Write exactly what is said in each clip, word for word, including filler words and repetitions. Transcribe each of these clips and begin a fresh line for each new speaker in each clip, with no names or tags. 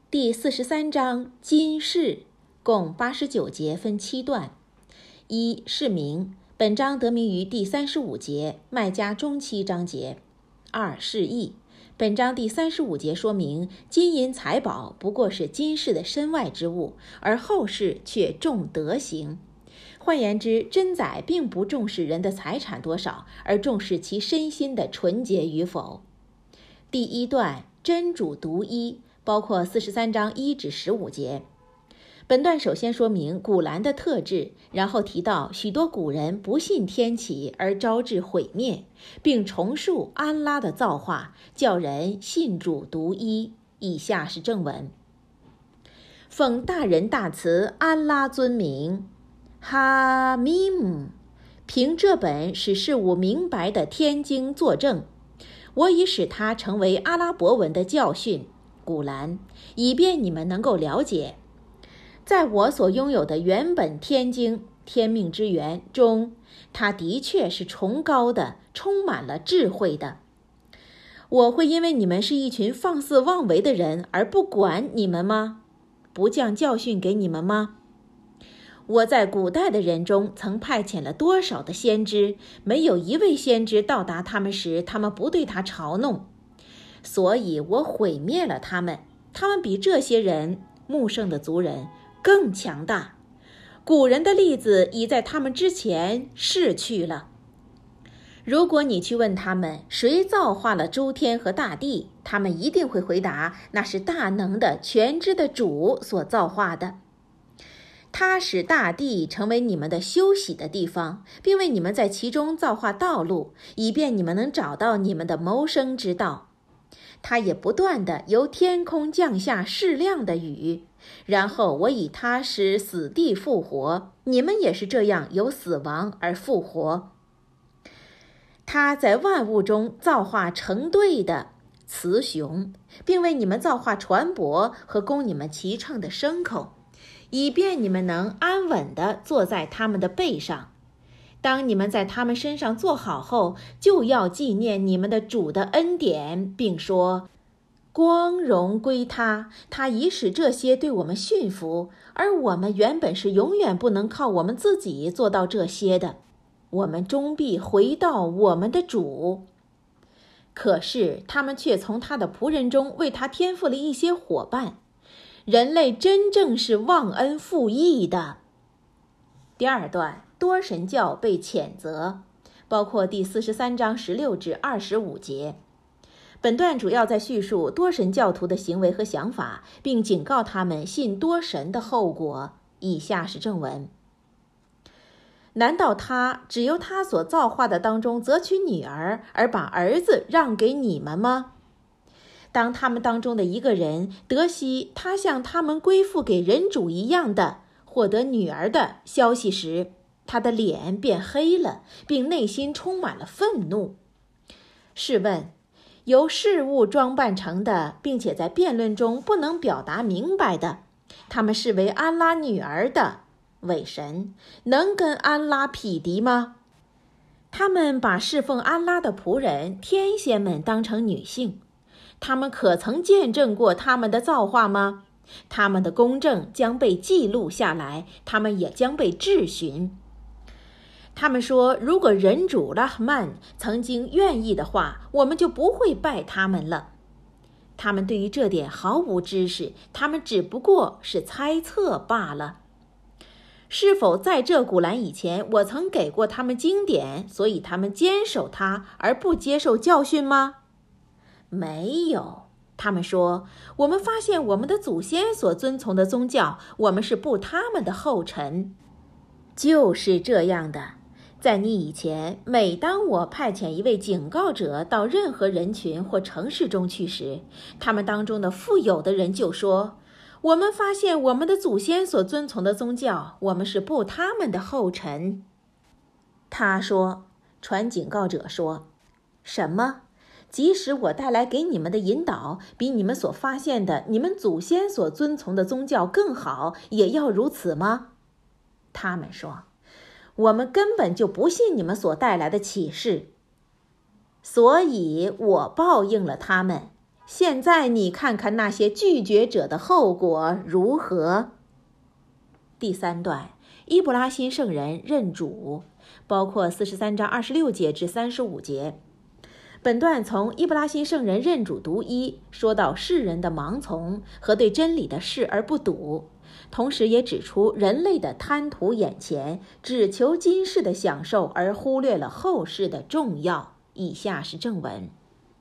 第四十三章今世，共八十九节，分七段。一、释名，本章得名于第三十五节麦加中期章节。二、释义，本章第三十五节说明金银财宝不过是今世的身外之物，而后世却重德行。换言之，真宰并不重视人的财产多少，而重视其身心的纯洁与否。第一段真主独一，包括四十三章一至十五节。本段首先说明古兰的特质，然后提到许多古人不信天启而招致毁灭，并重述安拉的造化，叫人信主独一。以下是正文：奉大仁大慈安拉尊名，哈密姆，凭这本使事物明白的天经作证，我已使它成为阿拉伯文的教训古兰，以便你们能够了解。在我所拥有的原本天经天命之源中，它的确是崇高的，充满了智慧的。我会因为你们是一群放肆妄为的人而不管你们吗？不降教训给你们吗？我在古代的人中曾派遣了多少的先知，没有一位先知到达他们时，他们不对他嘲弄，所以我毁灭了他们。他们比这些人穆圣的族人更强大，古人的例子已在他们之前逝去了。如果你去问他们谁造化了诸天和大地，他们一定会回答，那是大能的全知的主所造化的。他使大地成为你们的休息的地方，并为你们在其中造化道路，以便你们能找到你们的谋生之道。他也不断地由天空降下适量的雨，然后我以他使死地复活，你们也是这样由死亡而复活。他在万物中造化成对的雌雄，并为你们造化船舶和供你们骑乘的牲口，以便你们能安稳地坐在他们的背上。当你们在他们身上坐好后，就要纪念你们的主的恩典，并说光荣归他，他已使这些对我们驯服，而我们原本是永远不能靠我们自己做到这些的，我们终必回到我们的主。可是他们却从他的仆人中为他添付了一些伙伴，人类真正是忘恩负义的。第二段多神教被谴责，包括第四十三章十六至二十五节。本段主要在叙述多神教徒的行为和想法，并警告他们信多神的后果。以下是正文：难道他只由他所造化的当中择取女儿，而把儿子让给你们吗？当他们当中的一个人得悉他像他们归附给人主一样的获得女儿的消息时，他的脸变黑了，并内心充满了愤怒。试问，由事物装扮成的，并且在辩论中不能表达明白的，他们视为安拉女儿的伪神，能跟安拉匹敌吗？他们把侍奉安拉的仆人天仙们当成女性，他们可曾见证过他们的造化吗？他们的公正将被记录下来，他们也将被质询。他们说，如果人主拉赫曼曾经愿意的话，我们就不会拜他们了。他们对于这点毫无知识，他们只不过是猜测罢了。是否在这古兰以前，我曾给过他们经典，所以他们坚守它而不接受教训吗？没有。他们说，我们发现我们的祖先所遵从的宗教，我们是步他们的后尘。就是这样的，在你以前，每当我派遣一位警告者到任何人群或城市中去时，他们当中的富有的人就说，我们发现我们的祖先所遵从的宗教，我们是步他们的后尘。他说，传警告者说，什么？即使我带来给你们的引导比你们所发现的你们祖先所遵从的宗教更好，也要如此吗？他们说，我们根本就不信你们所带来的启示，所以我报应了他们。 现在你看看那些拒绝者的后果如何？第三段，伊布拉辛圣人认主，包括四十三章二十六节至三十五节。本段从伊布拉辛圣人认主读一说到世人的盲从和对真理的视而不睹，同时也指出人类的贪图眼前，只求今世的享受而忽略了后世的重要。以下是正文。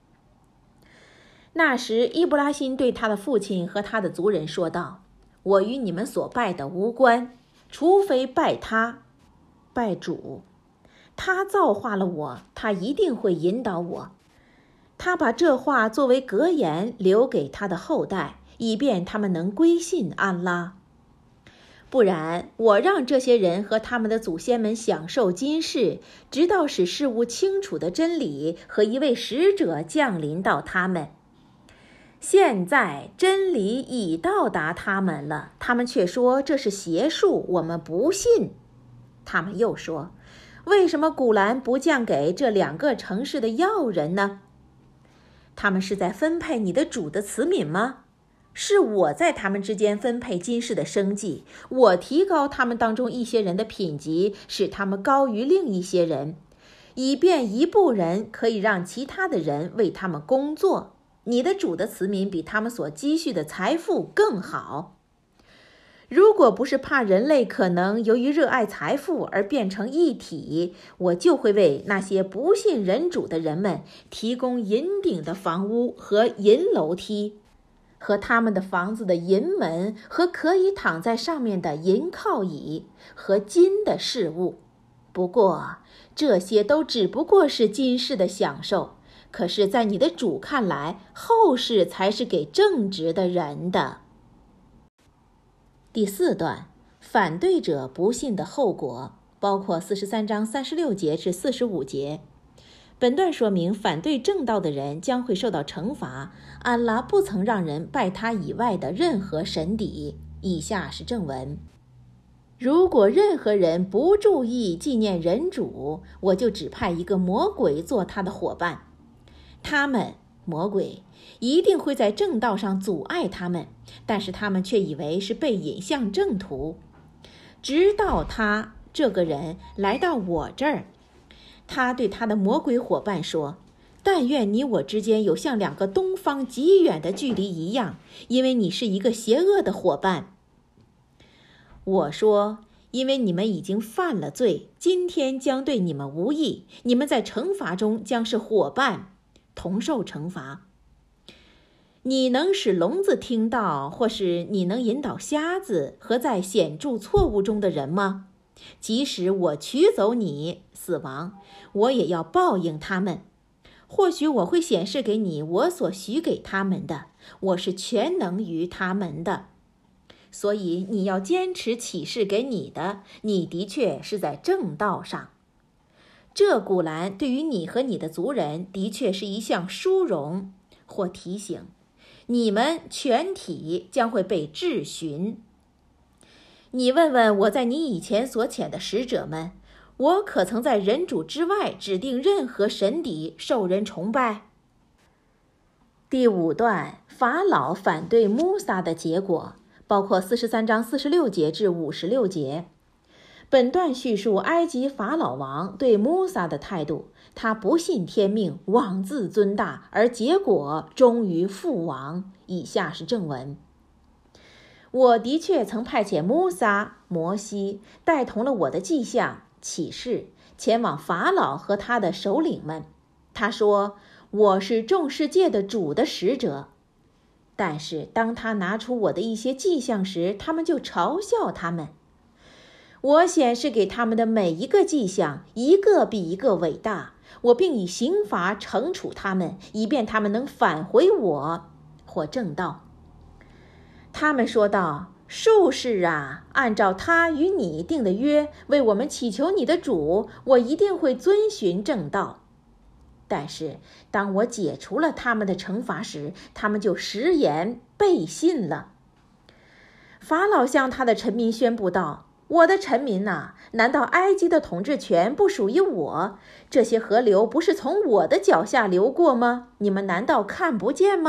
那时伊布拉辛对他的父亲和他的族人说道：我与你们所拜的无关，除非拜他，拜主。他造化了我，他一定会引导我。他把这话作为格言留给他的后代，以便他们能归信安拉。不然，我让这些人和他们的祖先们享受今世，直到使事物清楚的真理和一位使者降临到他们。现在真理已到达他们了，他们却说这是邪术，我们不信。他们又说，为什么古兰不降给这两个城市的要人呢？他们是在分配你的主的慈悯吗？是我在他们之间分配今世的生计，我提高他们当中一些人的品级，使他们高于另一些人，以便一部人可以让其他的人为他们工作。你的主的慈悯比他们所积蓄的财富更好。如果不是怕人类可能由于热爱财富而变成一体，我就会为那些不信人主的人们提供银顶的房屋和银楼梯，和他们的房子的银门，和可以躺在上面的银靠椅，和金的饰物。不过这些都只不过是今世的享受，可是在你的主看来，后世才是给正直的人的。第四段，反对者不信的后果，包括四十三章三十六节至四十五节。本段说明反对正道的人将会受到惩罚，安拉不曾让人拜他以外的任何神邸。以下是正文。如果任何人不注意纪念人主，我就指派一个魔鬼做他的伙伴。他们魔鬼一定会在正道上阻碍他们，但是他们却以为是被引向正途。直到他这个人来到我这儿，他对他的魔鬼伙伴说，但愿你我之间有像两个东方极远的距离一样，因为你是一个邪恶的伙伴。我说，因为你们已经犯了罪，今天将对你们无益，你们在惩罚中将是伙伴，同受惩罚。你能使聋子听到，或是你能引导瞎子和在显著错误中的人吗？即使我取走你，死亡，我也要报应他们。或许我会显示给你我所许给他们的，我是全能于他们的。所以你要坚持启示给你的，你的确是在正道上。这古兰对于你和你的族人的确是一项殊荣或提醒，你们全体将会被质询。你问问我在你以前所遣的使者们，我可曾在人主之外指定任何神邸受人崇拜？第五段，法老反对穆萨的结果，包括四十三章四十六节至五十六节。本段叙述埃及法老王对穆萨的态度，他不信天命，妄自尊大，而结果终于覆亡。以下是正文。我的确曾派遣穆萨、摩西，带同了我的迹象、启示，前往法老和他的首领们。他说，我是众世界的主的使者。但是当他拿出我的一些迹象时，他们就嘲笑他们。我显示给他们的每一个迹象，一个比一个伟大，我并以刑罚惩处他们，以便他们能返回我或正道。他们说道，术士啊，按照他与你定的约，为我们祈求你的主，我一定会遵循正道。但是当我解除了他们的惩罚时，他们就食言背信了。法老向他的臣民宣布道，我的臣民哪，难道埃及的统治权不属于我？这些河流不是从我的脚下流过吗？你们难道看不见吗？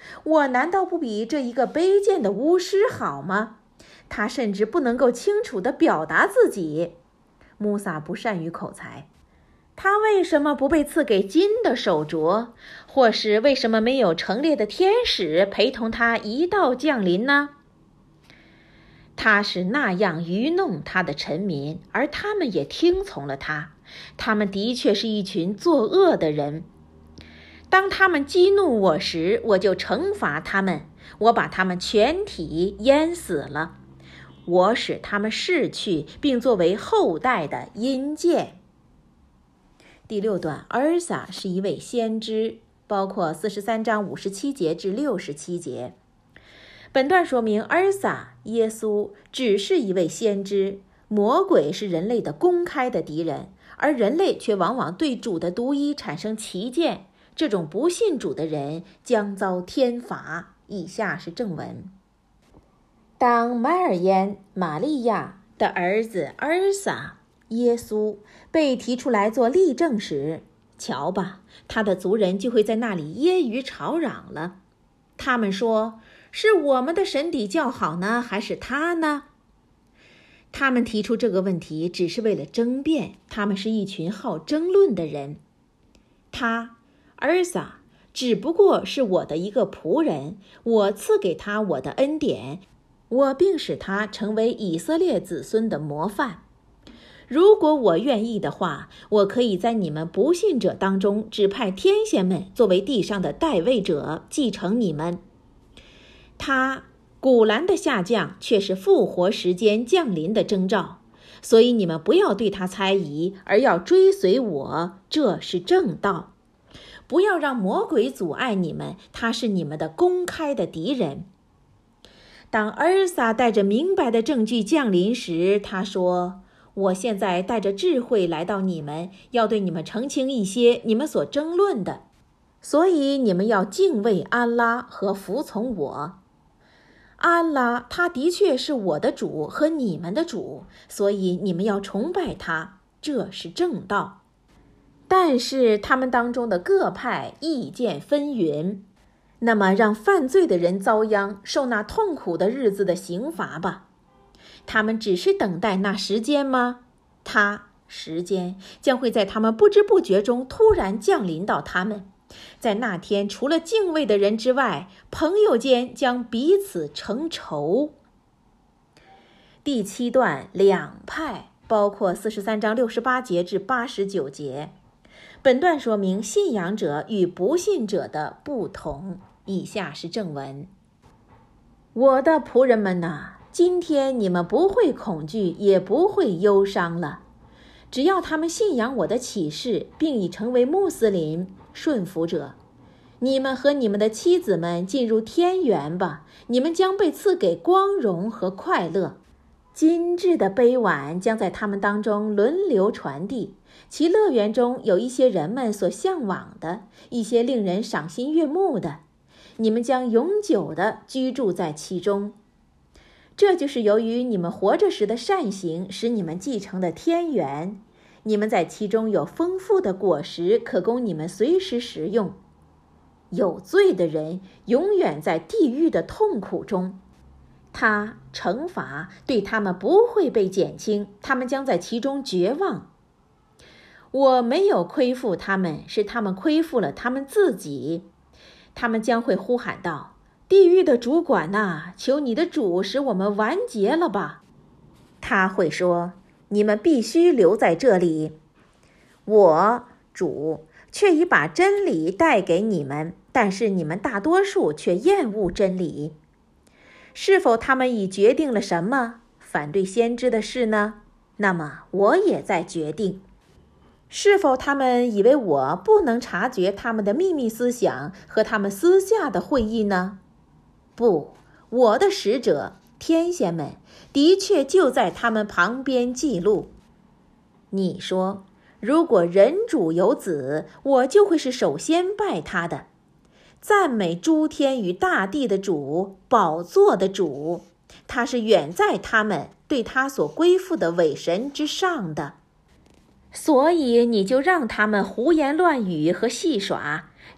我难道不比这一个卑贱的巫师好吗？他甚至不能够清楚地表达自己。穆萨不善于口才，他为什么不被赐给金的手镯，或是为什么没有成列的天使陪同他一道降临呢？他是那样愚弄他的臣民，而他们也听从了他。他们的确是一群作恶的人。当他们激怒我时，我就惩罚他们，我把他们全体淹死了。我使他们逝去，并作为后代的阴间。第六段，尔撒是一位先知，包括四十三章五十七节至六十七节。本段说明尔撒耶稣只是一位先知，魔鬼是人类的公开的敌人，而人类却往往对主的独一产生歧见。这种不信主的人将遭天罚。以下是正文。当麦尔焉玛利亚的儿子尔撒耶稣被提出来做例证时，瞧吧，他的族人就会在那里揶揄吵嚷了。他们说，是我们的神底较好呢，还是他呢？他们提出这个问题只是为了争辩，他们是一群好争论的人。他尔撒只不过是我的一个仆人，我赐给他我的恩典，我并使他成为以色列子孙的模范。如果我愿意的话，我可以在你们不信者当中指派天仙们作为地上的代位者，继承你们。他古兰的下降却是复活时间降临的征兆，所以你们不要对他猜疑，而要追随我，这是正道。不要让魔鬼阻碍你们，他是你们的公开的敌人。当尔撒带着明白的证据降临时，他说，我现在带着智慧来到你们，要对你们澄清一些你们所争论的，所以你们要敬畏安拉和服从我。安拉他的确是我的主和你们的主，所以你们要崇拜他，这是正道。但是他们当中的各派意见纷纭，那么让犯罪的人遭殃，受那痛苦的日子的刑罚吧。他们只是等待那时间吗？他时间将会在他们不知不觉中突然降临到他们。在那天，除了敬畏的人之外，朋友间将彼此成仇。第七段，两派，包括四十三章六十八节至八十九节。本段说明信仰者与不信者的不同。以下是正文。我的仆人们哪，今天你们不会恐惧，也不会忧伤了。只要他们信仰我的启示，并已成为穆斯林顺服者，你们和你们的妻子们进入天园吧，你们将被赐给光荣和快乐。金质的杯碗将在他们当中轮流传递，其乐园中有一些人们所向往的，一些令人赏心悦目的，你们将永久地居住在其中。这就是由于你们活着时的善行，使你们继承的天园。你们在其中有丰富的果实，可供你们随时食用。有罪的人永远在地狱的痛苦中，他惩罚对他们不会被减轻，他们将在其中绝望。我没有亏负他们，是他们亏负了他们自己。他们将会呼喊道，地狱的主管哪，求你的主使我们完结了吧。他会说，你们必须留在这里。我主却已把真理带给你们，但是你们大多数却厌恶真理。是否他们已决定了什么反对先知的事呢？那么我也在决定。是否他们以为我不能察觉他们的秘密思想和他们私下的会议呢？不，我的使者天仙们的确就在他们旁边记录。你说，如果人主有子，我就会是首先拜他的。赞美诸天与大地的主，宝座的主，他是远在他们对他所归附的伪神之上的。所以你就让他们胡言乱语和戏耍，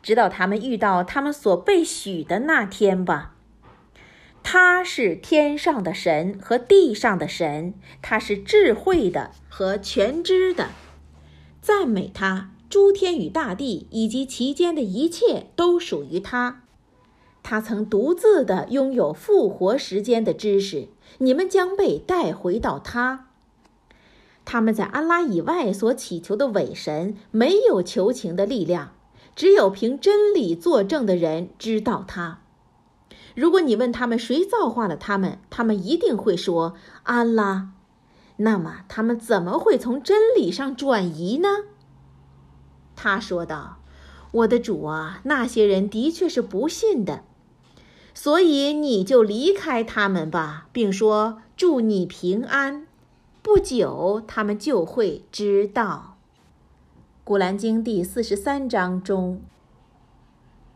直到他们遇到他们所被许的那天吧。他是天上的神和地上的神，他是智慧的和全知的。赞美他，诸天与大地以及其间的一切都属于他。他曾独自的拥有复活时间的知识，你们将被带回到他。他们在安拉以外所祈求的伪神没有求情的力量，只有凭真理作证的人知道他。如果你问他们谁造化了他们，他们一定会说安拉。那么他们怎么会从真理上转移呢？他说道，我的主啊，那些人的确是不信的，所以你就离开他们吧，并说祝你平安。不久他们就会知道。古兰经第四十三章中